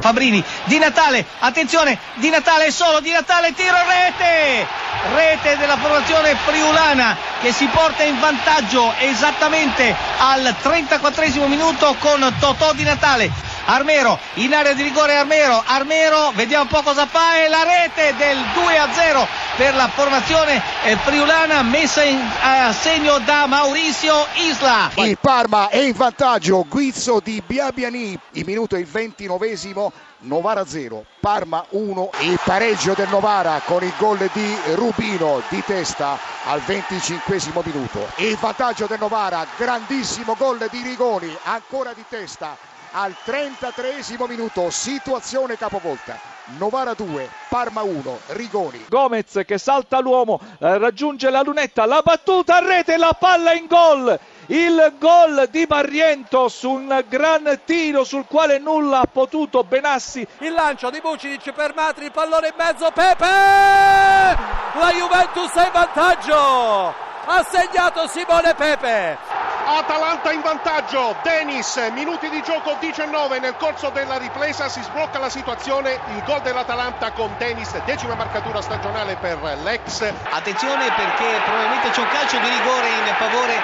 Fabrini, Di Natale, attenzione, Di Natale solo, Di Natale, tiro, rete della formazione friulana che si porta in vantaggio esattamente al 34esimo minuto con Totò Di Natale. Armero in area di rigore, Armero, vediamo un po' cosa fa, e la rete del 2-0 per la formazione friulana, messa a segno da Mauricio Isla. Il Parma è in vantaggio, guizzo di Biabiani, il minuto è il 29esimo, Novara 0, Parma 1, il pareggio del Novara con il gol di Rubino di testa al 25esimo minuto. Il vantaggio del Novara, grandissimo gol di Rigoni, ancora di testa al 33esimo minuto, situazione capovolta. Novara 2, Parma 1, Rigoni. Gomez che salta l'uomo, raggiunge la lunetta, la battuta a rete, la palla in gol. Il gol di Barrientos su un gran tiro sul quale nulla ha potuto Benassi. Il lancio di Vucinic per Matri, il pallone in mezzo, Pepe! La Juventus è in vantaggio! Ha segnato Simone Pepe! Atalanta in vantaggio, Denis, minuti di gioco 19, nel corso della ripresa si sblocca la situazione, il gol dell'Atalanta con Denis, 10ª marcatura stagionale per l'ex. Attenzione perché probabilmente c'è un calcio di rigore in favore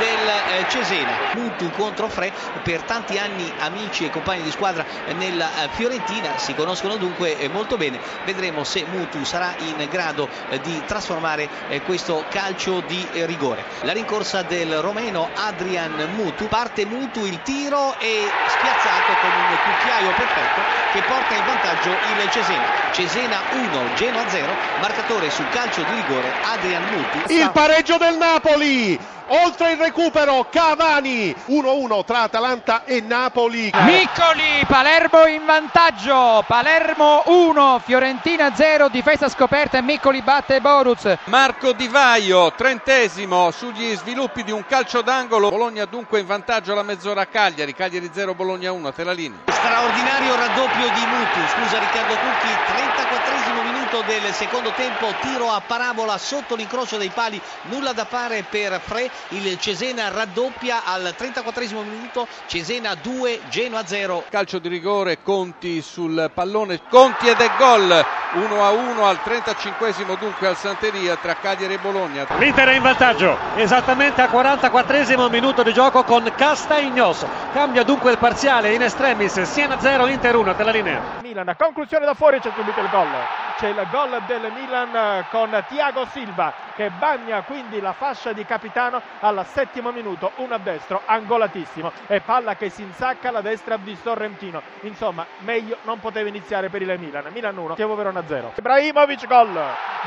del Cesena. Mutu contro Fre, per tanti anni amici e compagni di squadra nella Fiorentina, si conoscono dunque molto bene. Vedremo se Mutu sarà in grado di trasformare questo calcio di rigore. La rincorsa del romeno Adrian Mutu, parte Mutu, il tiro e spiazzato con un cucchiaio perfetto che porta in vantaggio il Cesena 1, Genoa 0, marcatore sul calcio di rigore Adrian Mutu. Il pareggio del Napoli, oltre il recupero Cavani, 1-1 tra Atalanta e Napoli. Miccoli, Palermo in vantaggio, Palermo 1, Fiorentina 0, difesa scoperta e Miccoli batte Boruc. Marco Di Vaio, 30esimo, sugli sviluppi di un calcio d'angolo. Bologna dunque in vantaggio alla mezz'ora a Cagliari 0, Bologna 1, te la linea. Straordinario raddoppio di Mutu, scusa Riccardo Cucchi, 34esimo minuto del secondo tempo, tiro a parabola sotto l'incrocio dei pali, nulla da fare per Fre, il Cesena raddoppia al 34esimo minuto, Cesena 2, Genoa 0. Calcio di rigore, Conti sul pallone, Conti ed è gol, 1-1 al 35esimo dunque al Santeria tra Cagliari e Bologna. L'Inter è in vantaggio, esattamente al 44esimo minuto di gioco con Castaignos, cambia dunque il parziale in estremis, Siena 0, Inter 1, te la linea. Milan, conclusione da fuori, c'è subito il gol. C'è il gol del Milan con Thiago Silva che bagna quindi la fascia di capitano al 7° minuto, un a destro angolatissimo e palla che si insacca alla destra di Sorrentino. Insomma, meglio non poteva iniziare per il Milan 1, Chievo Verona 0. Ibrahimovic gol,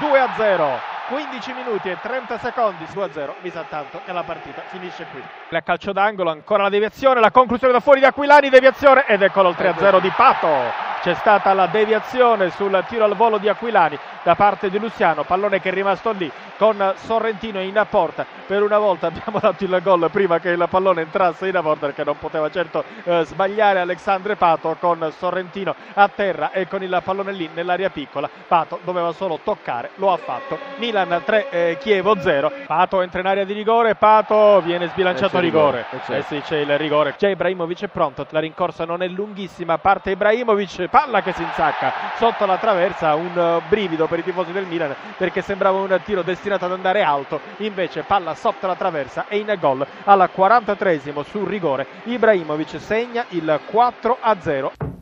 2-0. 15 minuti e 30 secondi, 2-0, mi sa tanto che la partita finisce qui. Il calcio d'angolo, ancora la deviazione, la conclusione da fuori di Aquilani, deviazione ed eccolo il 3-0 di Pato. C'è stata la deviazione sul tiro al volo di Aquilani da parte di Luciano, pallone che è rimasto lì con Sorrentino in porta. Per una volta abbiamo dato il gol prima che il pallone entrasse in porta, perché non poteva certo sbagliare Alexandre Pato con Sorrentino a terra e con il pallone lì nell'area piccola. Pato doveva solo toccare, lo ha fatto. Milan 3, Chievo 0. Pato entra in area di rigore, Pato viene sbilanciato a rigore. Sì, c'è il rigore. C'è Ibrahimovic, è pronto, la rincorsa non è lunghissima, parte Ibrahimovic, palla che si insacca sotto la traversa, un brivido per i tifosi del Milan perché sembrava un tiro destinato ad andare alto, invece palla sotto la traversa e in gol al 43esimo sul rigore Ibrahimovic segna il 4-0.